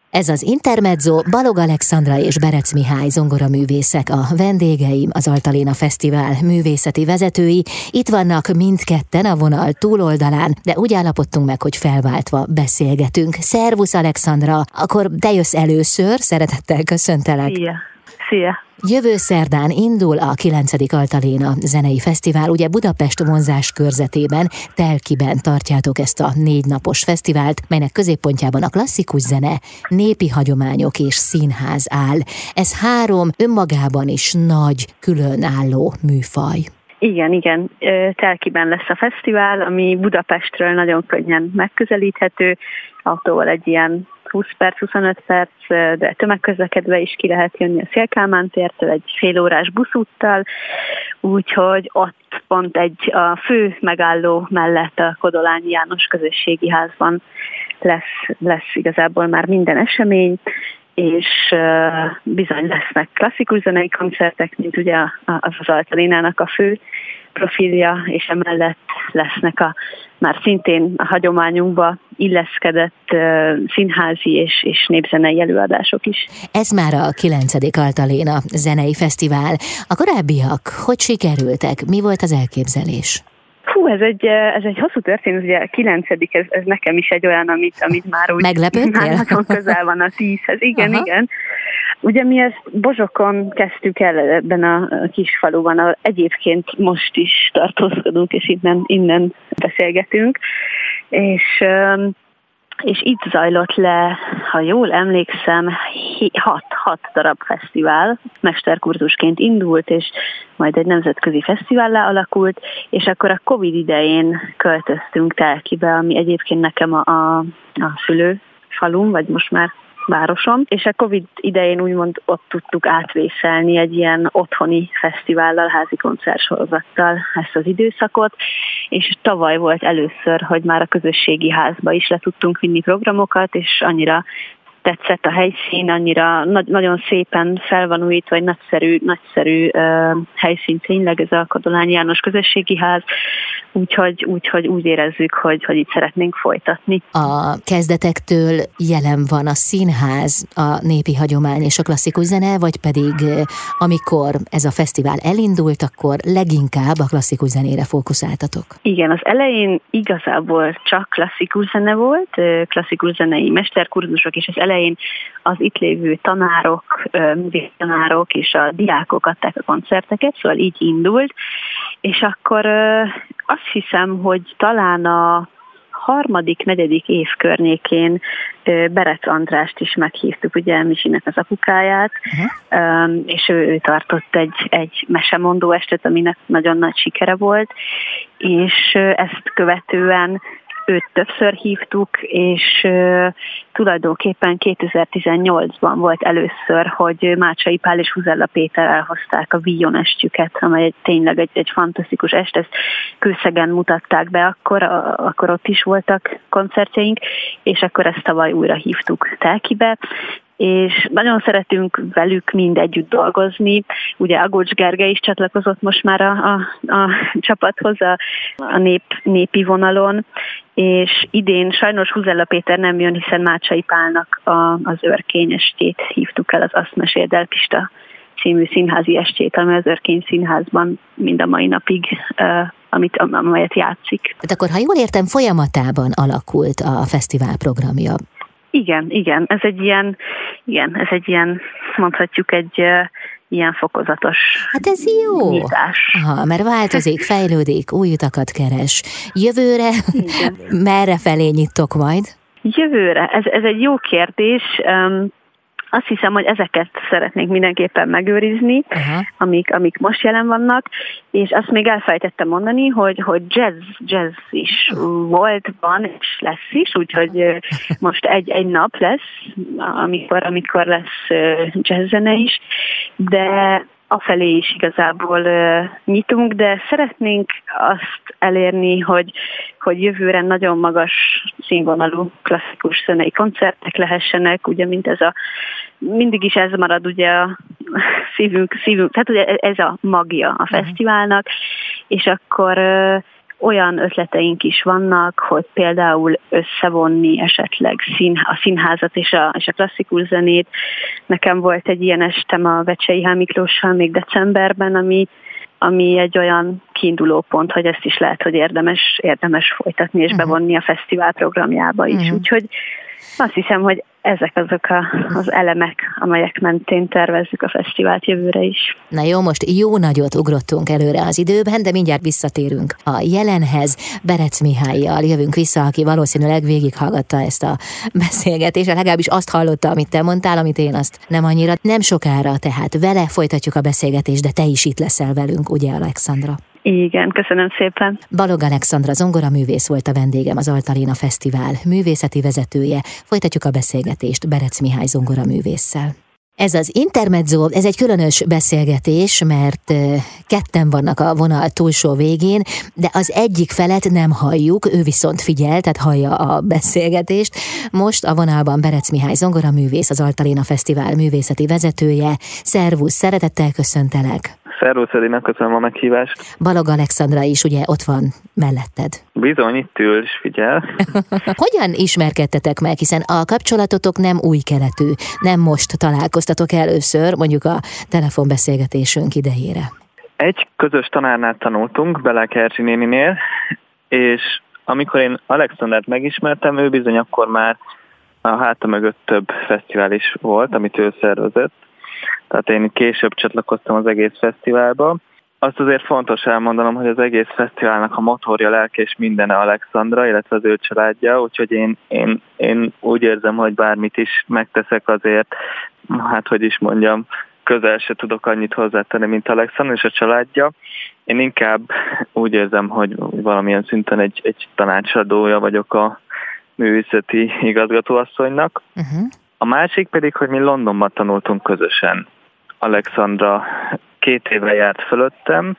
Ez az Intermezzo, Balog Alexandra és Berec Mihály zongoraművészek, a vendégeim, az Altaléna Fesztivál művészeti vezetői. Itt vannak mindketten a vonal túloldalán, de úgy állapodtunk meg, hogy felváltva beszélgetünk. Szervusz Alexandra, akkor te jössz először, szeretettel köszöntelek. Szia! Jövő szerdán indul a 9. Altaléna zenei fesztivál, ugye Budapest vonzás körzetében, Telkiben tartjátok ezt a 4 napos fesztivált, melynek középpontjában a klasszikus zene, népi hagyományok és színház áll. Ez 3 önmagában is nagy, különálló műfaj. Igen. Telkiben lesz a fesztivál, ami Budapestről nagyon könnyen megközelíthető, autóval egy ilyen 20 perc, 25 perc, de tömegközlekedve is ki lehet jönni a Széll-Kálmán tértől egy félórás buszúttal, úgyhogy ott pont a fő megálló mellett a Kodolányi János Közösségi Házban lesz igazából már minden esemény, és bizony lesznek klasszikus zenei koncertek, mint ugye az Altalénának a fő profilja, és emellett lesznek már szintén a hagyományunkba illeszkedett színházi és népzenei előadások is. Ez már a 9. Altaléna zenei fesztivál. A korábbiak hogy sikerültek? Mi volt az elképzelés? Ez egy hosszú történet, ugye a 9. ez nekem is egy olyan, amit már úgy meglepődtél? Már nagyon közel van a 10-hez. Igen. Ugye mi ezt Bozsokon kezdtük el ebben a kis faluban, ahol egyébként most is tartózkodunk, és innen beszélgetünk, és itt zajlott le, ha jól emlékszem, 6 darab fesztivál, mesterkurzusként indult, és majd egy nemzetközi fesztivállá alakult, és akkor a Covid idején költöztünk Telkibe, ami egyébként nekem a szülőfalum, vagy most már városom, és a Covid idején úgymond ott tudtuk átvészelni egy ilyen otthoni fesztivállal, házi koncertsorozattal ezt az időszakot, és tavaly volt először, hogy már a közösségi házba is le tudtunk vinni programokat, és annyira tetszett a helyszín, annyira nagyon szépen fel van újítva, egy nagyszerű helyszín tényleg ez a Kodolányi János Közösségi Ház, úgyhogy úgy érezzük, hogy itt szeretnénk folytatni. A kezdetektől jelen van a színház, a népi hagyomány és a klasszikus zene, vagy pedig amikor ez a fesztivál elindult, akkor leginkább a klasszikus zenére fókuszáltatok? Igen, az elején igazából csak klasszikus zene volt, klasszikus zenei mesterkurzusok, és az elején az itt lévő tanárok, művésztanárok és a diákok adták a koncerteket, szóval így indult, és akkor azt hiszem, hogy talán a 3.-4. év környékén Berec Andrást is meghívtuk, ugye Elmisinek az apukáját, és ő tartott egy mesemondó estet, aminek nagyon nagy sikere volt, és ezt követően őt többször hívtuk, és tulajdonképpen 2018-ban volt először, hogy Mácsai Pál és Huzella Péter elhozták a Víjon estjüket, amely tényleg egy fantasztikus est, ezt Kőszegen mutatták be, akkor ott is voltak koncertjeink, és akkor ezt tavaly újra hívtuk Telkibe, és nagyon szeretünk velük mind együtt dolgozni. Ugye Agócs Gergely is csatlakozott most már a csapathoz a népi vonalon, és idén sajnos Huzella Péter nem jön, hiszen Mácsai Pálnak az Örkény estjét hívtuk el, az Azt meséld el Pista című színházi estjét, ami az Örkény Színházban mind a mai napig amelyet játszik. Tehát akkor, ha jól értem, folyamatában alakult a fesztivál programja. Igen, ez egy ilyen, mondhatjuk egy ilyen fokozatos nyitás. Aha, mert változik, fejlődik, új utakat keres. Jövőre merre felé nyittok majd? Jövőre? Ez egy jó kérdés. Azt hiszem, hogy ezeket szeretnénk mindenképpen megőrizni, amik most jelen vannak, és azt még elfelejtettem mondani, hogy jazz is van, és lesz is, úgyhogy most egy nap lesz, amikor lesz jazzzene is, de afelé is igazából nyitunk, de szeretnénk azt elérni, hogy jövőre nagyon magas színvonalú klasszikus zenei koncertek lehessenek, ugye mindig is ez marad ugye a szívünk, tehát ugye ez a magja a fesztiválnak, és akkor olyan ötleteink is vannak, hogy például összevonni esetleg a színházat és a klasszikus zenét. Nekem volt egy ilyen estem a Vecsei H. Miklóssal még decemberben, ami egy olyan kiindulópont, hogy ezt is lehet, hogy érdemes folytatni és bevonni a fesztivál programjába is. Úgyhogy azt hiszem, hogy ezek azok az elemek, amelyek mentén tervezzük a fesztivált jövőre is. Na jó, most jó nagyot ugrottunk előre az időben, de mindjárt visszatérünk a jelenhez. Berec Mihállyal jövünk vissza, aki valószínűleg végighallgatta ezt a beszélgetést, legalábbis azt hallotta, amit te mondtál, amit én azt nem annyira. Nem sokára, tehát vele folytatjuk a beszélgetést, de te is itt leszel velünk, ugye, Alexandra? Igen, köszönöm szépen. Balog Alexandra zongoraművész volt a vendégem, az Altaléna Fesztivál művészeti vezetője. Folytatjuk a beszélgetést Berec Mihály zongoraművésszel. Ez az intermezzo, ez egy különös beszélgetés, mert ketten vannak a vonal túlsó végén, de az egyik felet nem halljuk, ő viszont figyel, tehát hallja a beszélgetést. Most a vonalban Berec Mihály zongoraművész, az Altaléna Fesztivál művészeti vezetője. Szervusz, szeretettel köszöntelek! Szervusz, Edina, köszönöm a meghívást. Balog Alexandra is ugye ott van melletted. Bizony, itt ül és figyel. Hogyan ismerkedtetek meg, hiszen a kapcsolatotok nem új keletű, nem most találkoztatok először, mondjuk a telefonbeszélgetésünk idejére? Egy közös tanárnál tanultunk, Belák Erzsi néninél, és amikor én Alexandrát megismertem, ő bizony akkor már a háta mögött több fesztivál is volt, amit ő szervezett. Tehát én később csatlakoztam az egész fesztiválba. Azt azért fontos elmondanom, hogy az egész fesztiválnak a motorja, lelke és mindene Alexandra, illetve az ő családja, úgyhogy én úgy érzem, hogy bármit is megteszek azért, hát hogy is mondjam, közel se tudok annyit hozzátenni, mint Alexandra és a családja. Én inkább úgy érzem, hogy valamilyen szinten egy tanácsadója vagyok a művészeti igazgatóasszonynak. A másik pedig, hogy mi Londonban tanultunk közösen. Alexandra 2 éve járt fölöttem,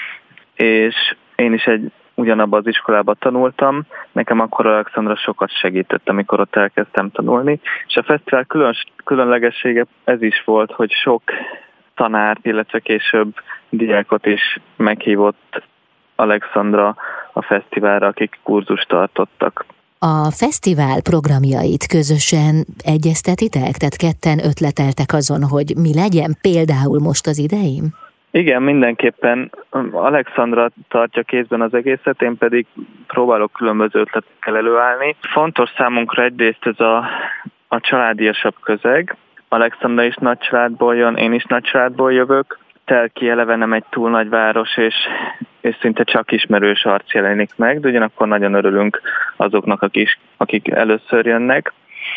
és én is ugyanabban az iskolában tanultam. Nekem akkor Alexandra sokat segített, amikor ott elkezdtem tanulni. És a fesztivál különlegessége ez is volt, hogy sok tanárt, illetve később diákot is meghívott Alexandra a fesztiválra, akik kurzust tartottak. A fesztivál programjait közösen egyeztetitek? Tehát ketten ötleteltek azon, hogy mi legyen például most az idején? Igen, mindenképpen Alexandra tartja kézben az egészet, én pedig próbálok különböző ötletekkel előállni. Fontos számunkra egyrészt ez a családiasabb közeg. Alexandra is nagy családból jön, én is nagy családból jövök. Telki eleve nem egy túl nagy város, és szinte csak ismerős arc jelenik meg, de ugyanakkor nagyon örülünk azoknak, akik először jönnek.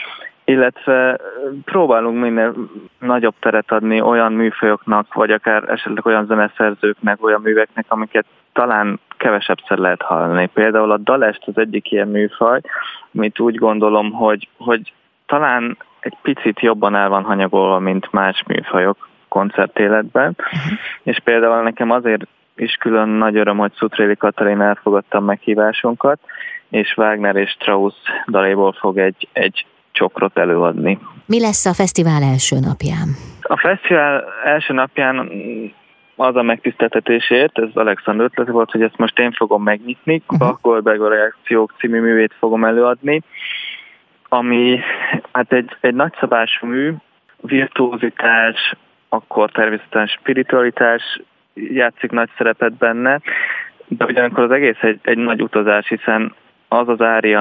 Illetve próbálunk minél nagyobb teret adni olyan műfajoknak, vagy akár esetleg olyan zeneszerzőknek, olyan műveknek, amiket talán kevesebbszer lehet hallani. Például a dalest az egyik ilyen műfaj, amit úgy gondolom, hogy talán egy picit jobban el van hanyagolva, mint más műfajok koncertéletben. És például nekem azért is külön nagy öröm, hogy Szutréli Katalin elfogadta a meghívásunkat, és Wagner és Strauss daléból fog egy csokrot előadni. Mi lesz a fesztivál első napján? A fesztivál első napján az a megtiszteltetésért, ez Alexandra ötlet volt, hogy ezt most én fogom megnyitni, Bach Goldberg reakciók című művét fogom előadni, ami hát egy nagyszabású mű, virtuózitás, akkor természetesen spiritualitás játszik nagy szerepet benne, de ugyanakkor az egész egy nagy utazás, hiszen az az ária,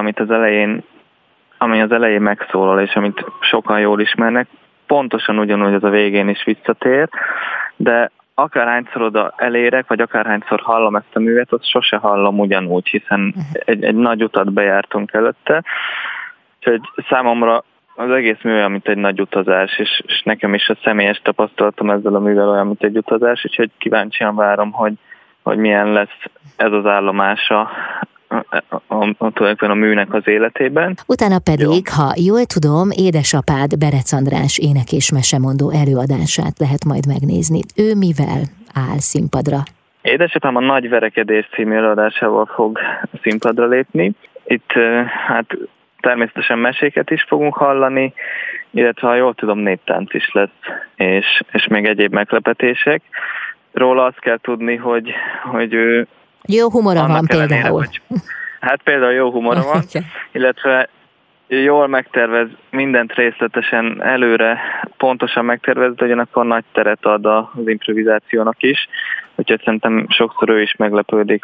ami az elején megszólal, és amit sokan jól ismernek, pontosan ugyanúgy az a végén is visszatér, de akárhányszor oda elérek, vagy akárhányszor hallom ezt a művet, azt sose hallom ugyanúgy, hiszen egy nagy utat bejártunk előtte. Úgyhogy számomra az egész mű olyan, mint egy nagy utazás, és nekem is a személyes tapasztalatom ezzel a művel olyan, mint egy utazás, úgyhogy kíváncsian várom, hogy milyen lesz ez az állomása tulajdonképpen a műnek az életében. Utána pedig, ha jól tudom, édesapád Berec András ének- és mesemondó előadását lehet majd megnézni. Ő mivel áll színpadra? Édesapám a Nagy Verekedés című előadásával fog színpadra lépni. Itt hát természetesen meséket is fogunk hallani, illetve ha jól tudom, néptánc is lesz, és még egyéb meglepetések. Róla azt kell tudni, hogy ő Jó humora van például. Hát például jó humora van, illetve jól megtervez, mindent részletesen előre pontosan megtervez, de ugyanakkor nagy teret ad az improvizációnak is, úgyhogy szerintem sokszor ő is meglepődik,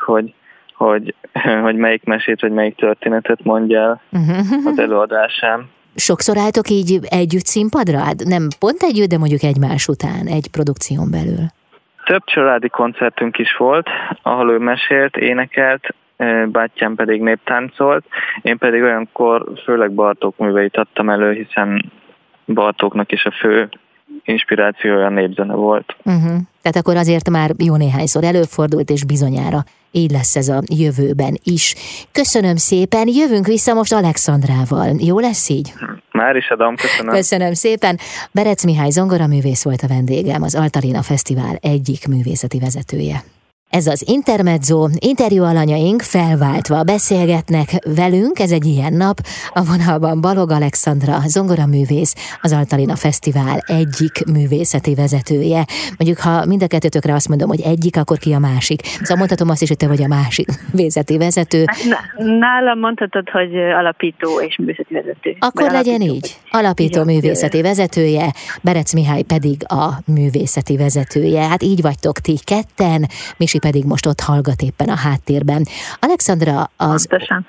hogy melyik mesét vagy melyik történetet mondja el az előadásán. Sokszor álltok így együtt színpadra? Hát nem pont együtt, de mondjuk egymás után, egy produkción belül. Több családi koncertünk is volt, ahol ő mesélt, énekelt, bátyám pedig néptáncolt, én pedig olyankor főleg Bartók műveit adtam elő, hiszen Bartóknak is a fő inspirációja a népzene volt. Tehát akkor azért már jó néhányszor előfordult, és bizonyára így lesz ez a jövőben is. Köszönöm szépen, jövünk vissza most Alexandrával. Jó lesz így? Már is adom, köszönöm. Köszönöm szépen. Berec Mihály zongoraművész volt a vendégem, az Altalena Fesztivál egyik művészeti vezetője. Ez az Intermezzo, interjú alanyaink felváltva beszélgetnek velünk, ez egy ilyen nap, a vonalban Balog Alexandra, zongoraművész, az Altalena Fesztivál egyik művészeti vezetője. Mondjuk, ha mind a kettőtökre azt mondom, hogy egyik, akkor ki a másik? Szóval mondhatom azt is, hogy te vagy a másik művészeti vezető. Nálam mondhatod, hogy alapító és művészeti vezető. Akkor legyen így. Alapító művészeti vezetője, Berec Mihály pedig a művészeti vezetője. Hát így vagytok ti ketten, Misi pedig most ott hallgat éppen a háttérben. Alexandra, az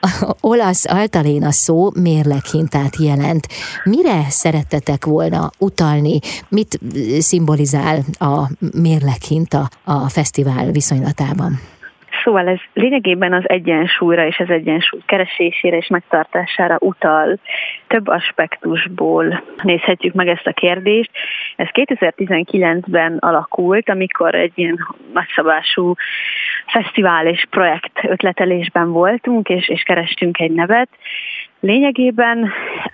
olasz Altalena szó mérleghintát jelent. Mire szerettetek volna utalni? Mit szimbolizál a mérleghinta a fesztivál viszonylatában? Szóval ez lényegében az egyensúlyra és az egyensúly keresésére és megtartására utal. Több aspektusból nézhetjük meg ezt a kérdést. Ez 2019-ben alakult, amikor egy ilyen nagyszabású fesztivál és projekt ötletelésben voltunk, és kerestünk egy nevet. Lényegében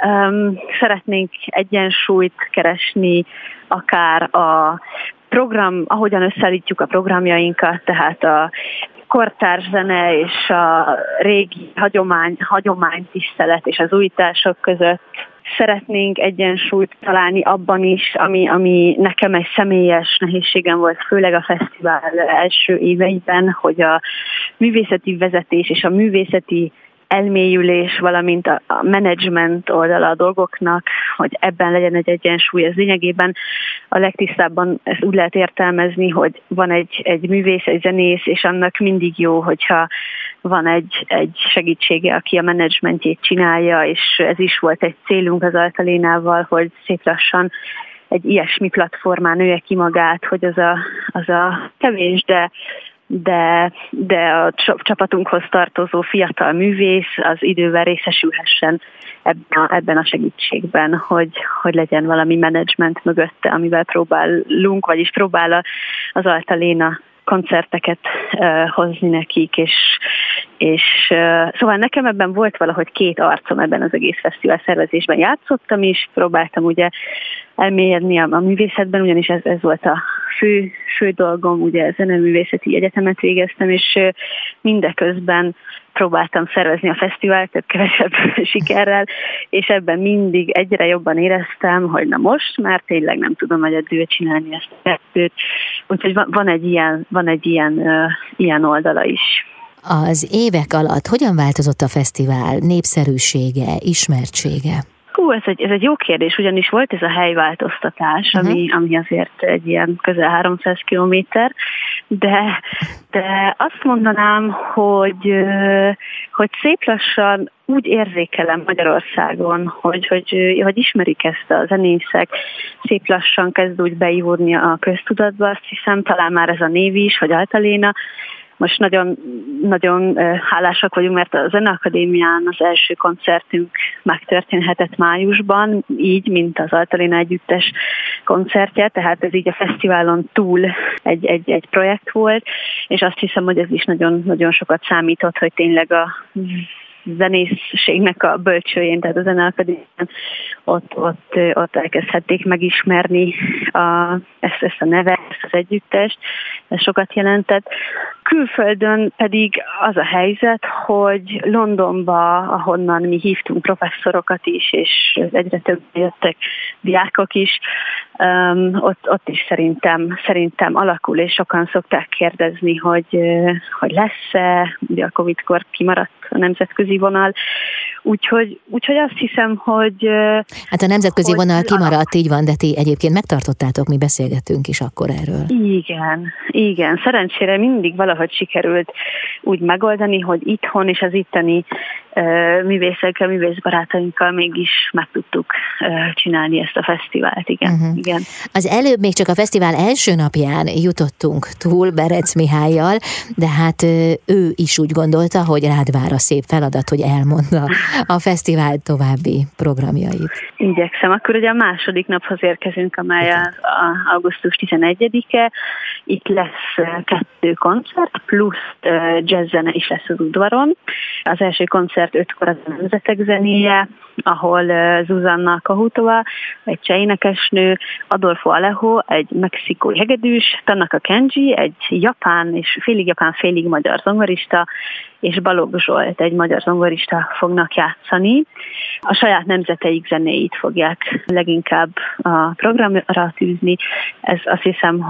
szeretnénk egyensúlyt keresni akár a program, ahogyan összeállítjuk a programjainkat, tehát a kortárs zene és a régi hagyománytisztelet és az újítások között. Szeretnénk egyensúlyt találni abban is, ami nekem egy személyes nehézségem volt, főleg a fesztivál első éveiben, hogy a művészeti vezetés és a művészeti elmélyülés, valamint a menedzsment oldala a dolgoknak, hogy ebben legyen egy egyensúly. Ez lényegében a legtisztábban ezt úgy lehet értelmezni, hogy van egy művész, egy zenész, és annak mindig jó, hogyha van egy segítsége, aki a menedzsmentjét csinálja, és ez is volt egy célunk az Altalénával, hogy szép lassan egy ilyesmi platformán nője ki magát, hogy az a kevés, de a csapatunkhoz tartozó fiatal művész az idővel részesülhessen ebben a segítségben, hogy legyen valami menedzsment mögötte, amivel próbálunk, vagyis próbál az Altalena koncerteket hozni nekik, és szóval nekem ebben volt valahogy két arcom ebben az egész fesztivál szervezésben. Játszottam is, próbáltam ugye elmélyedni a művészetben, ugyanis ez volt a fő dolgom, ugye zeneművészeti egyetemet végeztem, és mindeközben próbáltam szervezni a fesztivált, tehát kevesebb sikerrel, és ebben mindig egyre jobban éreztem, hogy na most már tényleg nem tudom egyedül csinálni ezt a kettőt. Úgyhogy van egy ilyen oldala is. Az évek alatt hogyan változott a fesztivál népszerűsége, ismertsége? Ez egy jó kérdés, ugyanis volt ez a helyváltoztatás, ami azért egy ilyen közel 300 kilométer, de azt mondanám, hogy szép lassan úgy érzékelem Magyarországon, hogy ismerik ezt a zenészek, szép lassan kezd úgy beivódni a köztudatba, azt hiszem, talán már ez a név is, hogy Altalena. Most nagyon, nagyon hálásak vagyunk, mert a Zeneakadémián az első koncertünk megtörténhetett májusban, így, mint az Altalena együttes koncertje, tehát ez így a fesztiválon túl egy projekt volt, és azt hiszem, hogy ez is nagyon, nagyon sokat számított, hogy tényleg a zenészségnek a bölcsőjén, tehát a Zeneakadémián ott elkezdhették megismerni ezt a nevet, ezt az együttest, ez sokat jelentett. Külföldön pedig az a helyzet, hogy Londonba, ahonnan mi hívtunk professzorokat is, és egyre több jöttek diákok is, ott is szerintem alakul, és sokan szokták kérdezni, hogy lesz-e, ugye a Covid-kor kimaradt a nemzetközi vonal, úgyhogy azt hiszem, hogy... Hát a nemzetközi vonal kimaradt, így van, de ti egyébként megtartottátok, mi beszélgettünk is akkor erről. Igen. Szerencsére mindig valahogy sikerült úgy megoldani, hogy itthon és az itteni művészekkel, művészbarátainkkal mégis meg tudtuk csinálni ezt a fesztivált, igen. Az előbb még csak a fesztivál első napján jutottunk túl Berec Mihállyal, de hát ő is úgy gondolta, hogy rád vár a szép feladat, hogy elmondta a fesztivál további programjait. Igyekszem. Akkor ugye a második naphoz érkezünk, amely a augusztus 11-e. Itt lesz 2 koncert, plusz jazzzene is lesz az udvaron. Az első koncert 5-kor az a Nemzetek zenéje, ahol Zuzanna Kahutova, egy cseh énekesnő, Adolfo Alejo, egy mexikói hegedűs, Tanaka Kenji, egy japán és félig magyar zongorista, és Balogh Zsolt, egy magyar zongorista fognak játszani. A saját nemzeteik zenéit fogják leginkább a programra tűzni. Ez azt hiszem,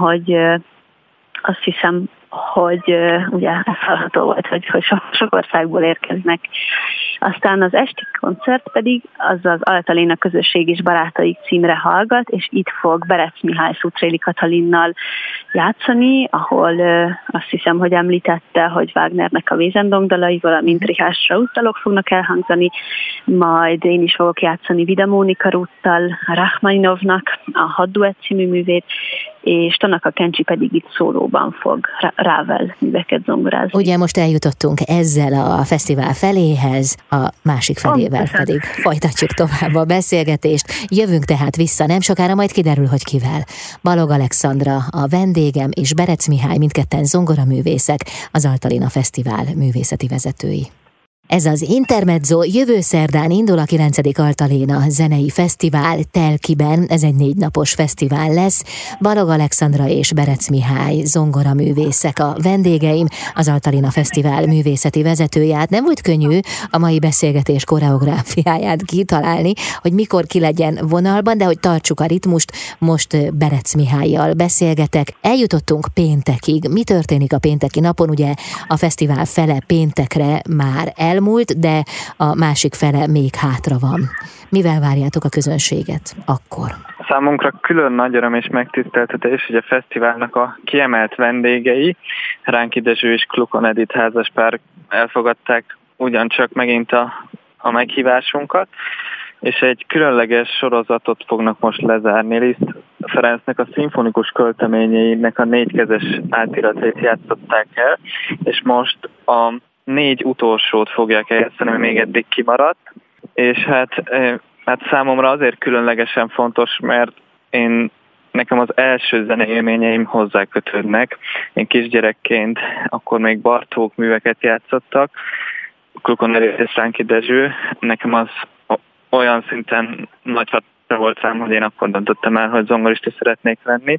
hogy ugye ez hallható volt, hogy sok országból érkeznek. Aztán az esti koncert pedig az Altalena Közösség és Barátaik címre hallgat, és itt fog Berec Mihály Szutréli Katalinnal játszani, ahol azt hiszem, hogy említette, hogy Wagnernek a Wesendonck dalai, valamint Richard Strauss dalok fognak elhangzani, majd én is fogok játszani Vida Mónika Ruttal, Rachmaninovnak a Hadduett című művét, és Tanaka Kenji pedig itt szólóban fog Ravel műveket zongorázni. Ugye most eljutottunk ezzel a fesztivál feléhez, a másik felével pedig folytatjuk tovább a beszélgetést. Jövünk tehát vissza, nem sokára majd kiderül, hogy kivel. Balogh Alexandra a vendégem, és Berec Mihály, mindketten zongoraművészek, az Altalena Fesztivál művészeti vezetői. Ez az Intermezzo, jövő szerdán indul a 9. Altalena zenei fesztivál Telkiben, ez egy 4 napos fesztivál lesz. Balogh Alexandra és Berec Mihály zongoraművészek a vendégeim, az Altalena Fesztivál művészeti vezetője. Hát nem volt könnyű a mai beszélgetés koreográfiáját kitalálni, hogy mikor ki legyen vonalban, de hogy tartsuk a ritmust, most Berec Mihállyal beszélgetek. Eljutottunk péntekig. Mi történik a pénteki napon? Ugye a fesztivál fele péntekre már elmúlt, de a másik fele még hátra van. Mivel várjátok a közönséget akkor? Számunkra külön nagy öröm és megtiszteltetés, hogy a fesztiválnak a kiemelt vendégei, Ránki Dezső és Klukon Edith házaspár elfogadták ugyancsak megint a meghívásunkat, és egy különleges sorozatot fognak most lezárni. Liszt Ferencnek a szimfonikus költeményeinek a 4-kezes átiratét játszották el, és most a 4 utolsót fogják eljátszani, még eddig kimaradt, és hát számomra azért különlegesen fontos, mert nekem az első zenei élményeim hozzákötődnek. Én kisgyerekként akkor még Bartók műveket játszottak, Klukon Edith és Ránki Dezső. Nekem az olyan szinten nagy hatása volt rám, hogy én akkor döntöttem el, hogy zongorista szeretnék lenni.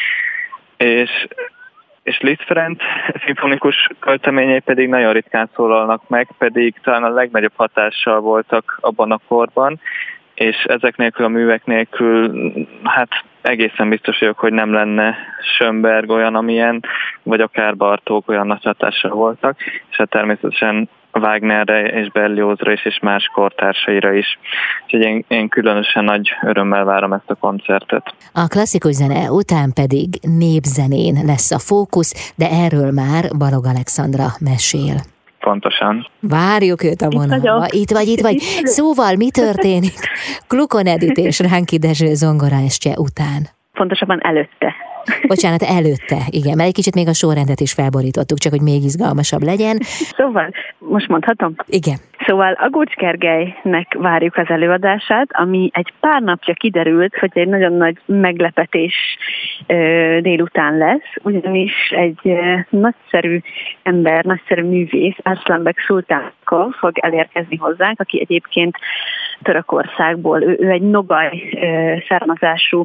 És Liszt Ferenc szimfonikus költeményei pedig nagyon ritkán szólalnak meg, pedig talán a legnagyobb hatással voltak abban a korban, és ezek nélkül a művek nélkül, hát egészen biztos vagyok, hogy nem lenne Schönberg olyan, amilyen, vagy akár Bartók olyan nagy hatással voltak, és hát természetesen Wagnerre és Berliozra is, és más kortársaira is. Úgyhogy én különösen nagy örömmel várom ezt a koncertet. A klasszikus zene után pedig népzenén lesz a fókusz, de erről már Balogh Alexandra mesél. Pontosan. Várjuk őt a vonalba. Itt vagy. Szóval mi történik Klukon Edith és Ránki Dezső zongoraestje után? Pontosabban előtte. Bocsánat, előtte, igen, mert egy kicsit még a sorrendet is felborítottuk, csak hogy még izgalmasabb legyen. Szóval, most mondhatom? Igen. Szóval Agucs Gergelynek várjuk az előadását, ami egy pár napja kiderült, hogy egy nagyon nagy meglepetés délután lesz, ugyanis egy nagyszerű ember, nagyszerű művész, Arslanbek Sultánkov fog elérkezni hozzánk, aki egyébként Törökországból, ő egy nogaj származású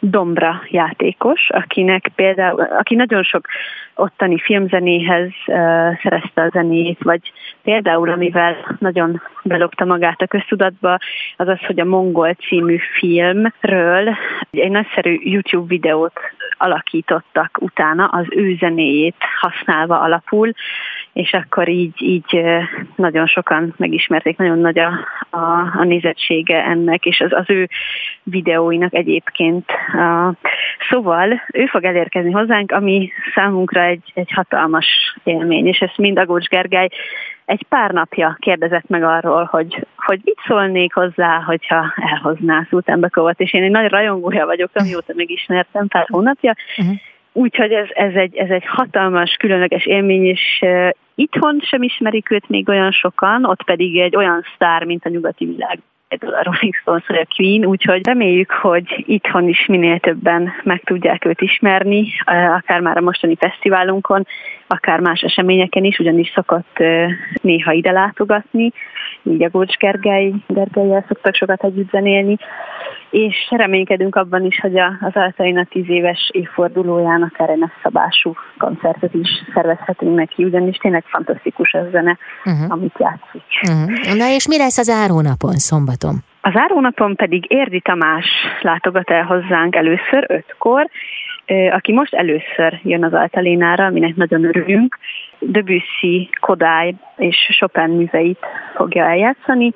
dombra játékos, aki nagyon sok ottani filmzenéhez szerezte a zenét, vagy például, amivel nagyon belopta magát a köztudatba, az az, hogy a Mongol című filmről egy nagyszerű YouTube videót alakítottak utána, az ő zenéjét használva alapul, és akkor így nagyon sokan megismerték, nagyon nagy a nézettsége ennek, és az ő videóinak egyébként. Szóval ő fog elérkezni hozzánk, ami számunkra egy hatalmas élmény, és ezt mind Agócs Gergely egy pár napja kérdezett meg arról, hogy mit szólnék hozzá, hogyha elhozná Szultán Bakovot, és én egy nagy rajongója vagyok, amióta megismertem pár hónapja, úgyhogy ez egy hatalmas, különleges élmény, és itthon sem ismerik őt még olyan sokan, ott pedig egy olyan sztár, mint a nyugati világ, a Rolling Stones vagy a Queen, úgyhogy reméljük, hogy itthon is minél többen meg tudják őt ismerni, akár már a mostani fesztiválunkon, akár más eseményeken is, ugyanis szokott néha ide látogatni, így a Gócs Gergellyel szoktak sokat együtt zenélni, és reménykedünk abban is, hogy az Altalina 10 éves évfordulóján akár egy nagyszabású koncertet is szervezhetünk neki, ugyanis tényleg fantasztikus a zene, amit játszik. Na és mi lesz az zárónapon, szombaton? A zárónapon pedig Érdi Tamás látogat el hozzánk először 5-kor, aki most először jön az Altalinára, aminek nagyon örülünk. Debussy, Kodály és Chopin műveit fogja eljátszani,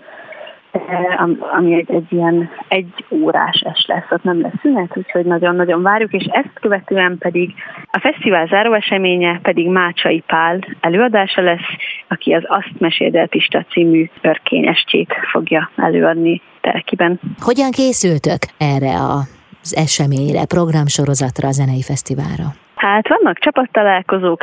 ami egy ilyen 1 órás es lesz, ott nem lesz szünet, úgyhogy nagyon-nagyon várjuk, és ezt követően pedig a fesztivál záróeseménye pedig Mácsai Pál előadása lesz, aki az Azt meséld el Pista című örkényestjét fogja előadni Telkiben. Hogyan készültök erre az eseményre, programsorozatra, a zenei fesztiválra? Hát vannak csapattalálkozók,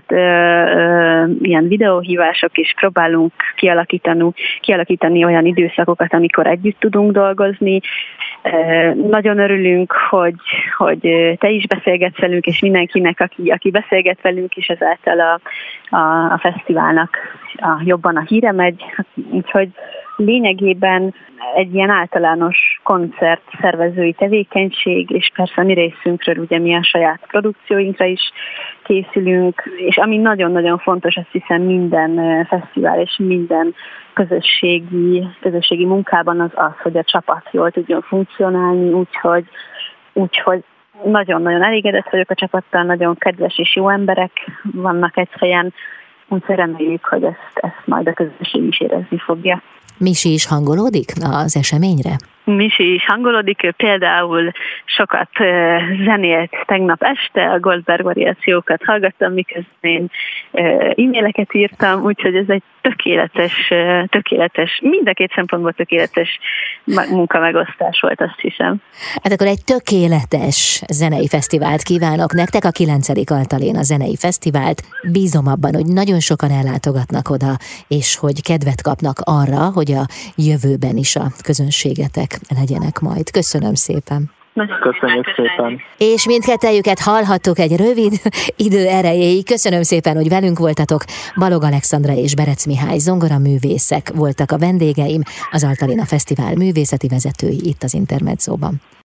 ilyen videóhívások, és próbálunk kialakítani olyan időszakokat, amikor együtt tudunk dolgozni. Nagyon örülünk, hogy te is beszélgetsz velünk, és mindenkinek, aki beszélget velünk, és ezáltal a fesztiválnak jobban a híre megy. Úgyhogy lényegében egy ilyen általános koncert szervezői tevékenység, és persze a mi részünkről ugye mi a saját produkcióinkra is készülünk, és ami nagyon-nagyon fontos, azt hiszem minden fesztivál és minden közösségi munkában az, hogy a csapat jól tudjon funkcionálni, úgyhogy nagyon-nagyon elégedett vagyok a csapattal, nagyon kedves és jó emberek vannak egy helyen, úgyhogy reméljük, hogy ezt majd a közösség is érezni fogja. Misi is hangolódik az eseményre? Misi is hangolódik, ő például sokat zenélt tegnap este, a Goldberg variációkat hallgattam, miközben én e-maileket írtam, úgyhogy ez egy tökéletes, mind a két szempontból tökéletes munkamegosztás volt, azt hiszem. Hát akkor egy tökéletes zenei fesztivált kívánok nektek, a 9. Altaléna zenei fesztivált. Bízom abban, hogy nagyon sokan ellátogatnak oda, és hogy kedvet kapnak arra, hogy a jövőben is a közönségetek legyenek majd. Köszönöm szépen! Köszönjük szépen! És mindkettejüket hallhattuk egy rövid idő erejéig. Köszönöm szépen, hogy velünk voltatok. Balog Alexandra és Berec Mihály zongoraművészek voltak a vendégeim, az Altalina Fesztivál művészeti vezetői itt az Intermedzóban.